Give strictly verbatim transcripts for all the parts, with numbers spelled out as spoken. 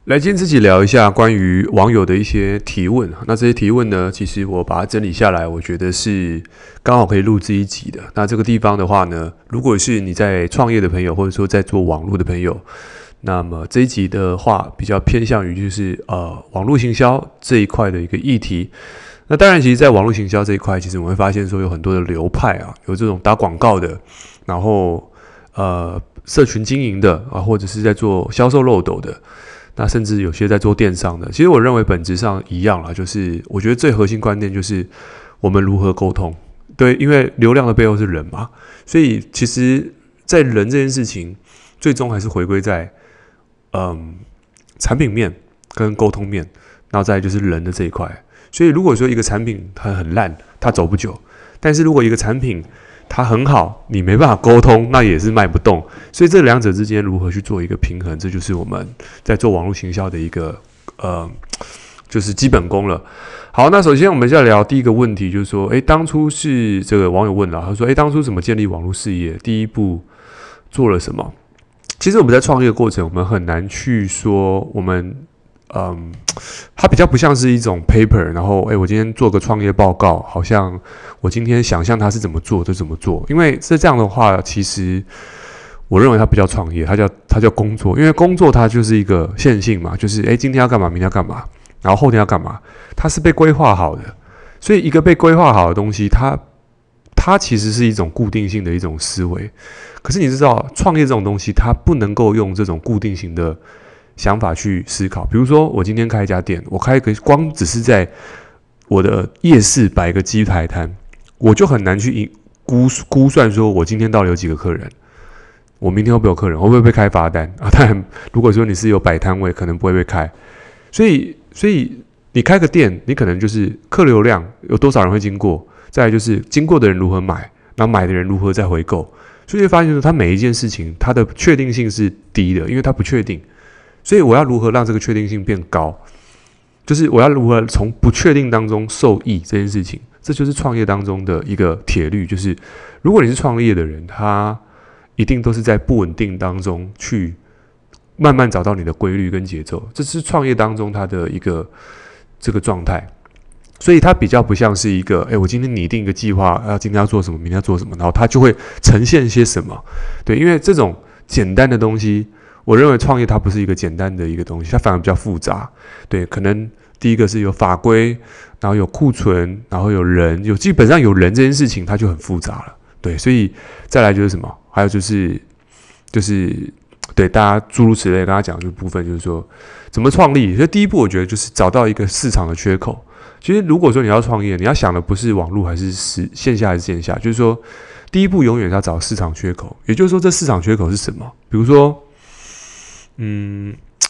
来，今天自己聊一下关于网友的一些提问。那这些提问呢，其实我把它整理下来，我觉得是刚好可以录制一集的。那这个地方的话呢，如果是你在创业的朋友，或者说在做网络的朋友，那么这一集的话，比较偏向于就是呃网络行销这一块的一个议题。那当然，其实，在网络行销这一块，其实我们会发现说有很多的流派啊，有这种打广告的，然后呃社群经营的啊，或者是在做销售漏斗的。那甚至有些在做电商的，其实我认为本质上一样啦，就是我觉得最核心观念就是我们如何沟通。对，因为流量的背后是人嘛，所以其实，在人这件事情，最终还是回归在嗯产品面跟沟通面，然后再来就是人的这一块。所以如果说一个产品它很烂，它走不久；但是如果一个产品它很好，你没办法沟通，那也是卖不动。所以这两者之间如何去做一个平衡，这就是我们在做网络行销的一个呃，就是基本功了。好，那首先我们就要聊第一个问题，就是说，诶，当初是这个网友问了，他说，诶，当初怎么建立网络事业？第一步做了什么？其实我们在创业的过程，我们很难去说我们。嗯，它比较不像是一种 paper， 然后哎，我今天做个创业报告，好像我今天想象它是怎么做就怎么做。因为是这样的话，其实我认为它不叫创业，它叫它叫工作。因为工作它就是一个线性嘛，就是哎，今天要干嘛，明天要干嘛，然后后天要干嘛，它是被规划好的。所以一个被规划好的东西，它它其实是一种固定性的一种思维。可是你知道，创业这种东西，它不能够用这种固定型的想法去思考。比如说我今天开一家店，我开一个光只是在我的夜市摆一个鸡排摊，我就很难去估估算说我今天到底有几个客人，我明天会不会有客人，会不会被开罚单啊？当然如果说你是有摆摊位，可能不会被开。所以所以你开个店，你可能就是客流量有多少人会经过，再来就是经过的人如何买，然后买的人如何再回购。所以就发现说它每一件事情它的确定性是低的，因为它不确定。所以我要如何让这个确定性变高？就是我要如何从不确定当中受益这件事情，这就是创业当中的一个铁律。就是如果你是创业的人，他一定都是在不稳定当中去慢慢找到你的规律跟节奏，这是创业当中它的一个这个状态。所以它比较不像是一个，哎，我今天拟定一个计划，要今天要做什么，明天要做什么，然后它就会呈现些什么。对，因为这种简单的东西。我认为创业它不是一个简单的一个东西，它反而比较复杂。对，可能第一个是有法规，然后有库存，然后有人，有基本上有人这件事情它就很复杂了。对，所以再来就是什么？还有就是就是对大家诸如此类，跟他讲的部分就是说怎么创立。所以第一步我觉得就是找到一个市场的缺口。其实如果说你要创业，你要想的不是网络还是线下还是线下，就是说第一步永远要找市场缺口。也就是说这市场缺口是什么？比如说。嗯，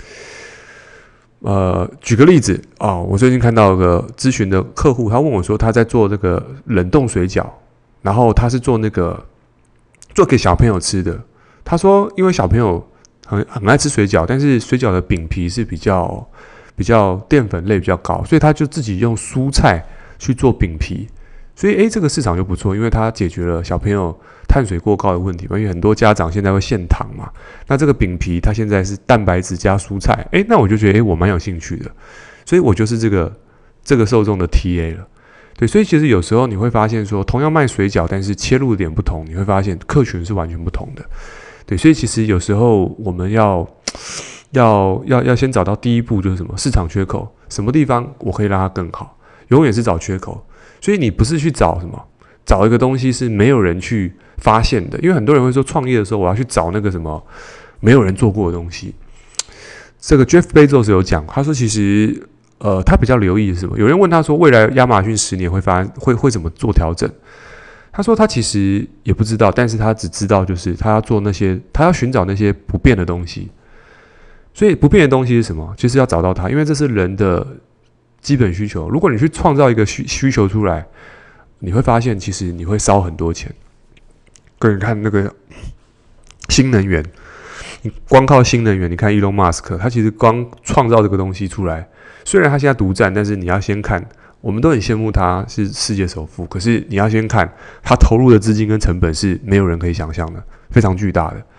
呃，举个例子啊、哦，我最近看到一个咨询的客户，他问我说，他在做这个冷冻水饺，然后他是做那个做给小朋友吃的。他说，因为小朋友很很爱吃水饺，但是水饺的饼皮是比较比较淀粉类比较高，所以他就自己用蔬菜去做饼皮。所以，诶，这个市场就不错，因为它解决了小朋友碳水过高的问题嘛。因为很多家长现在会限糖嘛，那这个饼皮它现在是蛋白质加蔬菜，诶，那我就觉得，诶，我蛮有兴趣的，所以我就是这个这个受众的 T A 了。对，所以其实有时候你会发现说，同样卖水饺，但是切入的点不同，你会发现客群是完全不同的。对，所以其实有时候我们要要要要先找到第一步就是什么市场缺口，什么地方我可以让它更好，永远是找缺口。所以你不是去找什么，找一个东西是没有人去发现的，因为很多人会说创业的时候我要去找那个什么没有人做过的东西。这个 Jeff Bezos 有讲，他说其实呃他比较留意的是什么？有人问他说未来亚马逊十年会发会会怎么做调整？他说他其实也不知道，但是他只知道就是他要做那些他要寻找那些不变的东西。所以不变的东西是什么？就是要找到它，因为这是人的基本需求。如果你去创造一个需需求出来，你会发现其实你会烧很多钱。个人看那个新能源，你光靠新能源，你看 Elon Musk， 他其实光创造这个东西出来，虽然他现在独占，但是你要先看，我们都很羡慕他是世界首富，可是你要先看他投入的资金跟成本是没有人可以想象的，非常巨大的。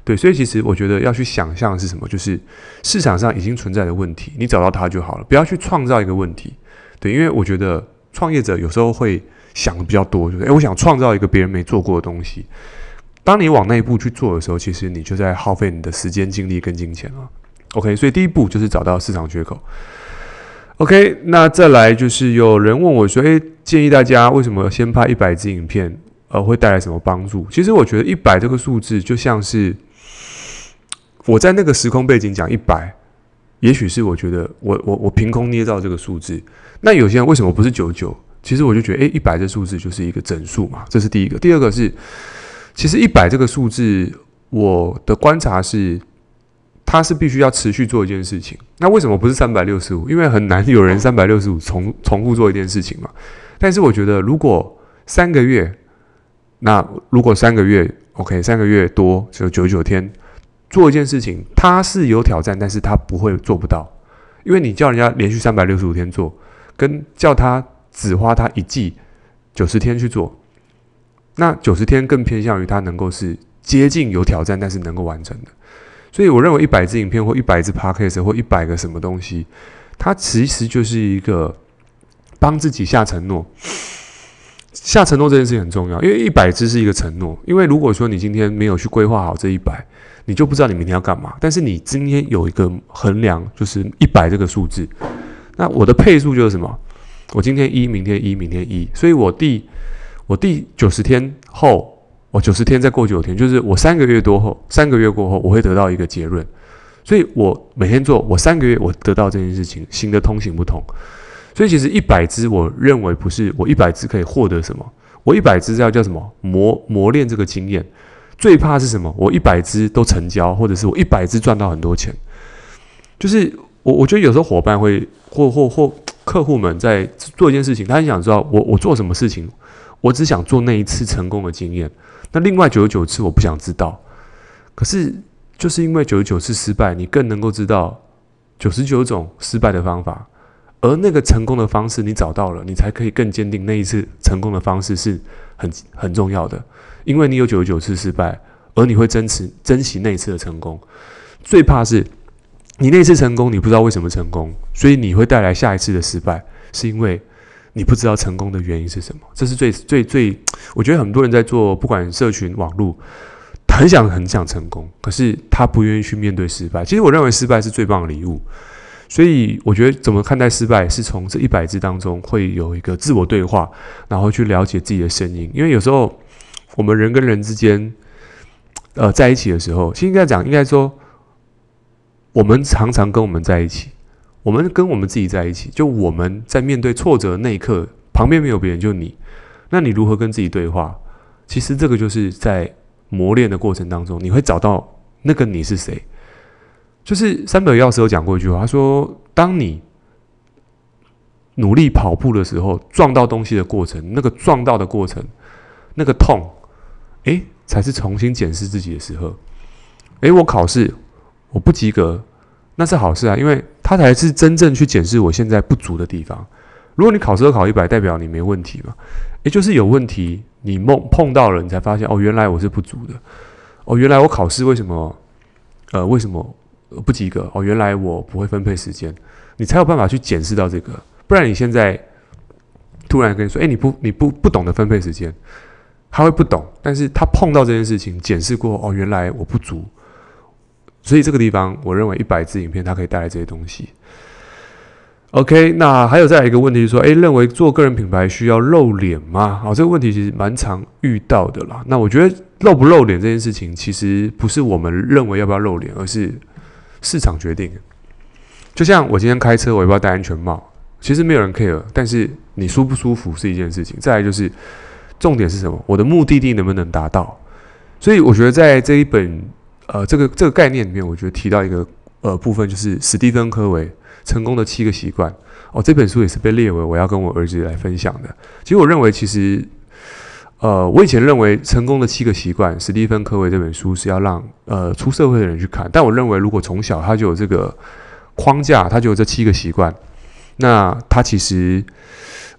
对，所以其实我觉得要去想象的是什么，就是市场上已经存在的问题，你找到它就好了，不要去创造一个问题。对，因为我觉得创业者有时候会想的比较多，就是哎，我想创造一个别人没做过的东西。当你往那一步去做的时候，其实你就在耗费你的时间、精力跟金钱了。OK， 所以第一步就是找到市场缺口。OK， 那再来就是有人问我说，哎，建议大家为什么先拍一百支影片，呃，会带来什么帮助？其实我觉得一百这个数字就像是我在那个时空背景讲一百，也许是我觉得我我我凭空捏造这个数字。那有些人为什么不是九十九？其实我就觉得，哎，一百这数字就是一个整数嘛，这是第一个。第二个是，其实一百这个数字，我的观察是，它是必须要持续做一件事情。那为什么不是三百六十五？因为很难有人三百六十五重重复做一件事情嘛。但是我觉得，如果三个月，那如果三个月 ，OK， 三个月多就九十九天。做一件事情，它是有挑战，但是它不会做不到，因为你叫人家连续三百六十五天做，跟叫他只花他一季九十天去做，那九十天更偏向于他能够是接近有挑战，但是能够完成的。所以我认为一百支影片或一百支 podcast 或一百个什么东西，它其实就是一个帮自己下承诺。下承诺这件事情很重要，因为一百支是一个承诺。因为如果说你今天没有去规划好这一百，你就不知道你明天要干嘛。但是你今天有一个衡量，就是一百这个数字。那我的配数就是什么？我今天一，明天一，明天一，所以我第我第九十天后，我九十天再过九天，就是我三个月多后，三个月过后，我会得到一个结论。所以我每天做，我三个月我得到这件事情，行得通行不通。所以其实一百支，我认为不是我一百支可以获得什么，我一百支要叫什么磨磨练这个经验。最怕是什么？我一百支都成交，或者是我一百支赚到很多钱。就是我我觉得有时候伙伴会或或或客户们在做一件事情，他很想知道我我做什么事情，我只想做那一次成功的经验。那另外九十九次我不想知道。可是就是因为九十九次失败，你更能够知道九十九种失败的方法。而那个成功的方式你找到了，你才可以更坚定那一次成功的方式是很很重要的，因为你有九十九次失败，而你会珍惜珍惜那一次的成功。最怕是你那次成功，你不知道为什么成功，所以你会带来下一次的失败，是因为你不知道成功的原因是什么。这是最最最，我觉得很多人在做不管社群网络，很想很想成功，可是他不愿意去面对失败。其实我认为失败是最棒的礼物。所以我觉得怎么看待失败，是从这一百支当中会有一个自我对话，然后去了解自己的声音。因为有时候我们人跟人之间，呃，在一起的时候，其实应该讲，应该说，我们常常跟我们在一起，我们跟我们自己在一起。就我们在面对挫折的那一刻，旁边没有别人，就你。那你如何跟自己对话？其实这个就是在磨练的过程当中，你会找到那个你是谁。就是三本药师有讲过一句话，他说：“当你努力跑步的时候，撞到东西的过程，那个撞到的过程，那个痛，哎，才是重新检视自己的时候。哎，我考试我不及格，那是好事啊，因为它才是真正去检视我现在不足的地方。如果你考试都考一百，代表你没问题嘛？也就是有问题，你碰碰到了，你才发现哦，原来我是不足的。哦，原来我考试为什么呃为什么？”不及格哦，原来我不会分配时间，你才有办法去检视到这个。不然你现在突然跟你说，哎，你不你不不懂得分配时间，他会不懂，但是他碰到这件事情，检视过哦，原来我不足。所以这个地方，我认为一百支影片它可以带来这些东西。OK， 那还有再来一个问题是说，哎，认为做个人品牌需要露脸吗？好，这个问题其实蛮常遇到的啦。那我觉得露不露脸这件事情，其实不是我们认为要不要露脸，而是市场决定。就像我今天开车，我要不要戴安全帽？其实没有人 care， 但是你舒不舒服是一件事情。再来就是重点是什么？我的目的地能不能达到？所以我觉得在这一本呃这个这个概念里面，我觉得提到一个呃部分，就是史蒂芬·科维成功的七个习惯。哦，这本书也是被列为我要跟我儿子来分享的。其实我认为，其实呃我以前认为成功的七个习惯，史蒂芬·科维这本书是要让呃出社会的人去看。但我认为，如果从小他就有这个框架，他就有这七个习惯，那他其实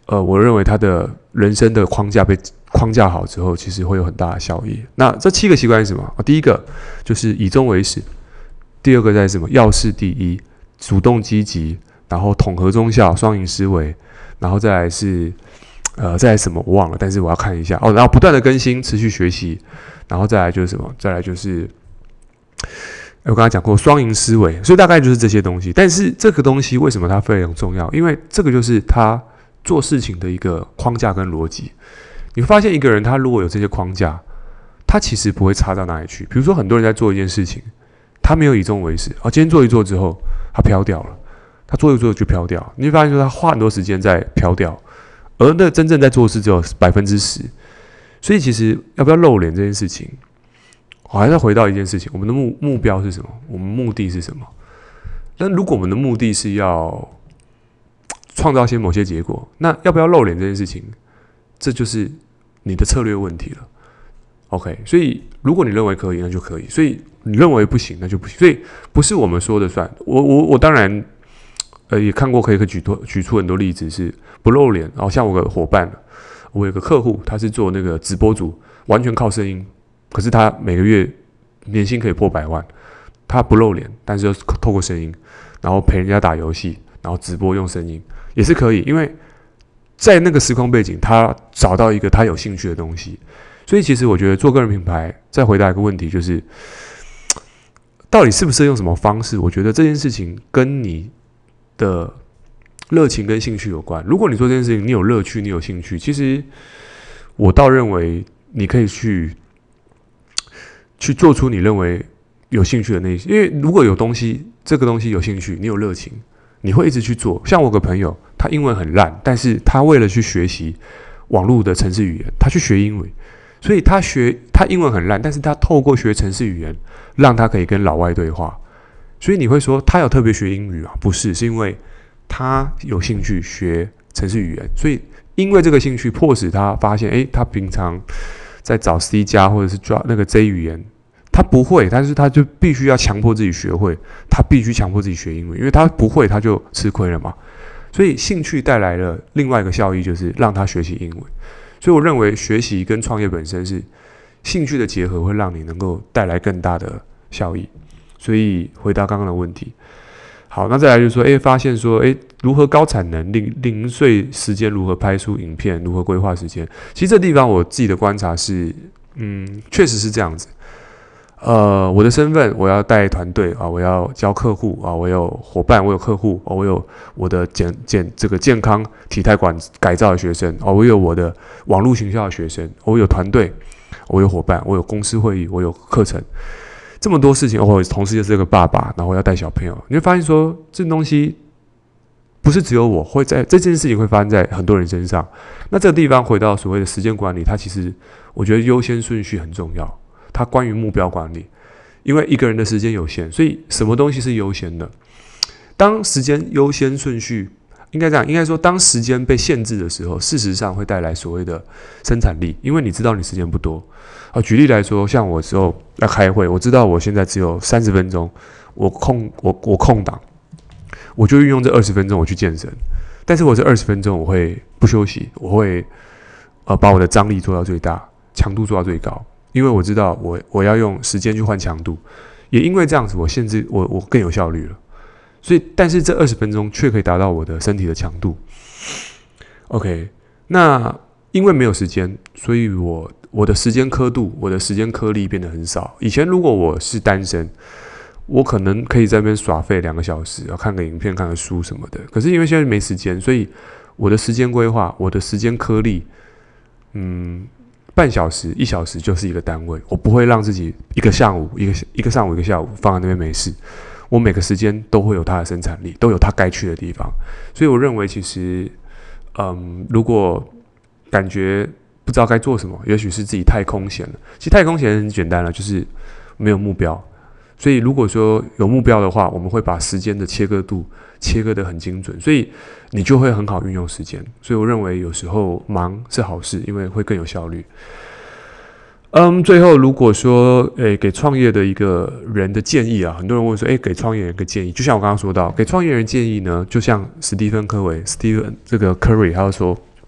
呃，我认为他的人生的框架被框架好之后，其实会有很大的效益。那这七个习惯是什么？啊，第一个就是以终为始，第二个在什么？要事第一，主动积极，然后统合中效，双赢思维，然后再来是呃，再来什么我忘了，但是我要看一下哦。然后不断的更新，持续学习，然后再来就是什么？再来就是我刚才讲过双赢思维，所以大概就是这些东西。但是这个东西为什么它非常重要？因为这个就是他做事情的一个框架跟逻辑。你会发现一个人他如果有这些框架，他其实不会差到哪里去。比如说很多人在做一件事情，他没有以终为始，哦，今天做一做之后，他飘掉了，他做一做就飘掉，你会发现说他花很多时间在飘掉，而那真正在做事只有百分之十。所以其实要不要露脸这件事情，我还是回到一件事情，我们的目目标是什么？我们目的是什么？那如果我们的目的是要创造一些某些结果，那要不要露脸这件事情，这就是你的策略问题了。OK， 所以如果你认为可以，那就可以；所以你认为不行，那就不行。所以不是我们说的算。我我我当然，呃，也看过可以可以举多举出很多例子是不露脸。然后像我有个伙伴，我有个客户，他是做那个直播主，完全靠声音，可是他每个月年薪可以破百万。他不露脸，但是又透过声音，然后陪人家打游戏，然后直播用声音也是可以，因为在那个时空背景，他找到一个他有兴趣的东西。所以其实我觉得做个人品牌，再回答一个问题，就是到底适不适合用什么方式？我觉得这件事情跟你的热情跟兴趣有关。如果你做这件事情，你有乐趣，你有兴趣，其实我倒认为你可以去去做出你认为有兴趣的那些。因为如果有东西，这个东西有兴趣，你有热情，你会一直去做。像我有个朋友，他英文很烂，但是他为了去学习网络的程式语言，他去学英语。所以他学他英文很烂，但是他透过学程式语言，让他可以跟老外对话。所以你会说他有特别学英语吗？不是，是因为他有兴趣学程式语言。所以因为这个兴趣，迫使他发现，哎，他平常在找 C 加或者是抓那个 J 语言，他不会，但是他就必须要强迫自己学会，他必须强迫自己学英文，因为他不会，他就吃亏了嘛。所以兴趣带来了另外一个效益，就是让他学习英文。所以我认为学习跟创业本身是兴趣的结合，会让你能够带来更大的效益。所以回答刚刚的问题，好，那再来就是说，哎，发现说，哎，如何高产能，零零碎时间如何拍出影片，如何规划时间。其实这地方我自己的观察是，嗯，确实是这样子。呃，我的身份，我要带团队啊，我要教客户啊，我有伙伴，我有客户啊，我有我的健健这个健康体态管改造的学生啊，我有我的网络行销的学生，我有团队，我有伙伴，我有公司会议，我有课程，这么多事情，我同时又是个爸爸，然后要带小朋友，你会发现说，这东西不是只有我会在这件事情会发生在很多人身上。那这个地方回到所谓的时间管理，它其实我觉得优先顺序很重要。它关于目标管理，因为一个人的时间有限，所以什么东西是优先的？当时间优先顺序应该这样，应该说，当时间被限制的时候，事实上会带来所谓的生产力，因为你知道你时间不多。啊，举例来说，像我之后要开会，我知道我现在只有三十分钟，我空我我空档，我就运用这二十分钟我去健身，但是我这二十分钟我会不休息，我会呃把我的张力做到最大，强度做到最高。因为我知道我我要用时间去换强度，也因为这样子，我限制我我更有效率了。所以，但是这二十分钟却可以达到我的身体的强度。OK， 那因为没有时间，所以我我的时间刻度，我的时间颗粒变得很少。以前如果我是单身，我可能可以在那边耍废两个小时，要看个影片、看个书什么的。可是因为现在没时间，所以我的时间规划，我的时间颗粒，嗯。半小时、一小时就是一个单位，我不会让自己一个上午、一个一个上午、一个下午放在那边没事。我每个时间都会有它的生产力，都有它该去的地方。所以我认为，其实，嗯，如果感觉不知道该做什么，也许是自己太空闲了。其实太空闲很简单了，就是没有目标。所以如果说有目标的话，我们会把时间的切割度切割得很精准，所以你就会很好运用时间。所以我认为有时候忙是好事，因为会更有效率。嗯，最后如果说，诶，给创业的一个人的建议啊，很多人问说，诶，给创业人一个建议，就像我刚刚说到，给创业人建议呢，就像史蒂芬·科维 （Stephen 这个 Curry） 他说，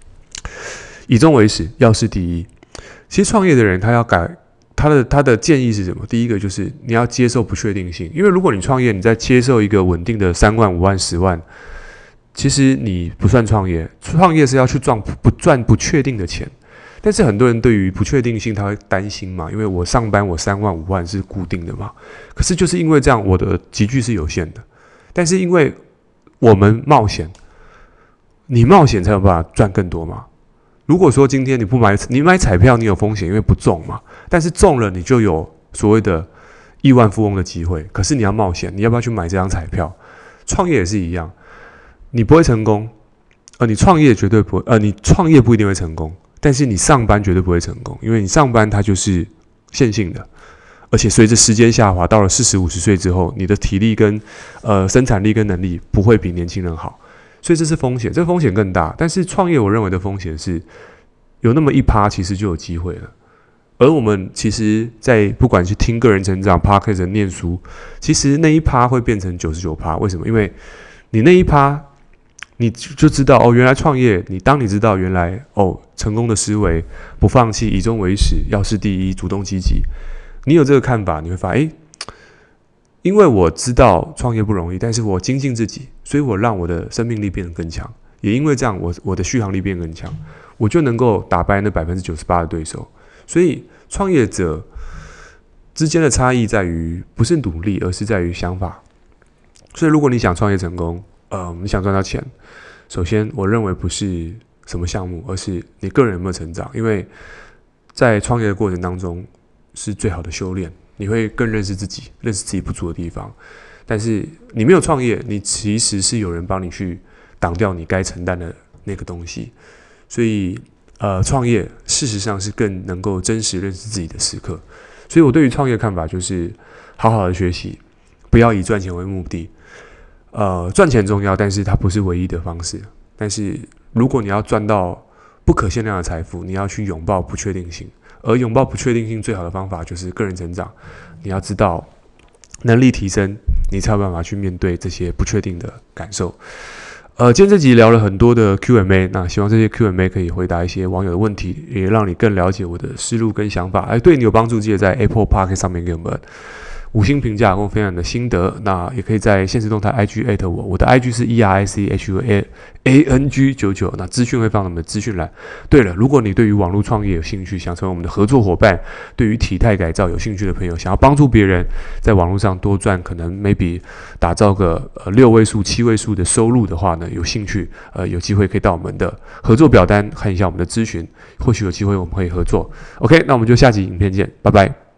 以终为始，要事第一。其实创业的人他要改他的他的建议是什么？第一个就是你要接受不确定性，因为如果你创业，你在接受一个稳定的三万、五万、十万，其实你不算创业。创业是要去赚不赚不确定的钱。但是很多人对于不确定性他会担心嘛，因为我上班我三万五万是固定的嘛，可是就是因为这样我的集聚是有限的，但是因为我们冒险，你冒险才有办法赚更多嘛。如果说今天你不买，你买彩票你有风险，因为不中嘛，但是中了你就有所谓的亿万富翁的机会，可是你要冒险，你要不要去买这张彩票？创业也是一样，你不会成功，呃，你创业绝对不会，呃，你创业不一定会成功。但是你上班绝对不会成功，因为你上班它就是线性的，而且随着时间下滑，到了四十五十岁之后，你的体力跟呃生产力跟能力不会比年轻人好，所以这是风险，这个风险更大。但是创业，我认为的风险是有那么一趴，其实就有机会了。而我们其实，在不管去听个人成长、Podcast 念书，其实那一趴会变成九十九趴。为什么？因为你那一趴。你就知道哦，原来创业，你当你知道原来哦，成功的思维，不放弃，以终为始，要事第一，主动积极。你有这个看法，你会发现，哎，因为我知道创业不容易，但是我精进自己，所以我让我的生命力变得更强。也因为这样，我我的续航力变更强，我就能够打败那百分之九十八的对手。所以，创业者之间的差异在于不是努力，而是在于想法。所以，如果你想创业成功，呃，你想赚到钱，首先我认为不是什么项目，而是你个人有没有成长。因为在创业的过程当中是最好的修炼，你会更认识自己，认识自己不足的地方。但是你没有创业，你其实是有人帮你去挡掉你该承担的那个东西。所以，呃，创业事实上是更能够真实认识自己的时刻。所以我对于创业的看法就是好好的学习，不要以赚钱为目的。呃，赚钱重要，但是它不是唯一的方式。但是如果你要赚到不可限量的财富，你要去拥抱不确定性。而拥抱不确定性最好的方法就是个人成长。你要知道能力提升，你才有办法去面对这些不确定的感受。呃，今天这集聊了很多的 Q and A， 那希望这些 Q and A 可以回答一些网友的问题，也让你更了解我的思路跟想法。哎，对你有帮助，记得在 Apple Podcast 上面给我们五星评价，跟我分享你的心得。那也可以在限时动态 I G at 我，我的 I G 是 E R I C H U A N G 九九。那资讯会放在我们的资讯栏。对了，如果你对于网络创业有兴趣，想成为我们的合作伙伴，对于体态改造有兴趣的朋友，想要帮助别人在网络上多赚，可能 maybe 打造个呃六位数、七位数的收入的话呢，有兴趣呃有机会可以到我们的合作表单看一下我们的咨询，或许有机会我们可以合作。OK， 那我们就下集影片见，拜拜。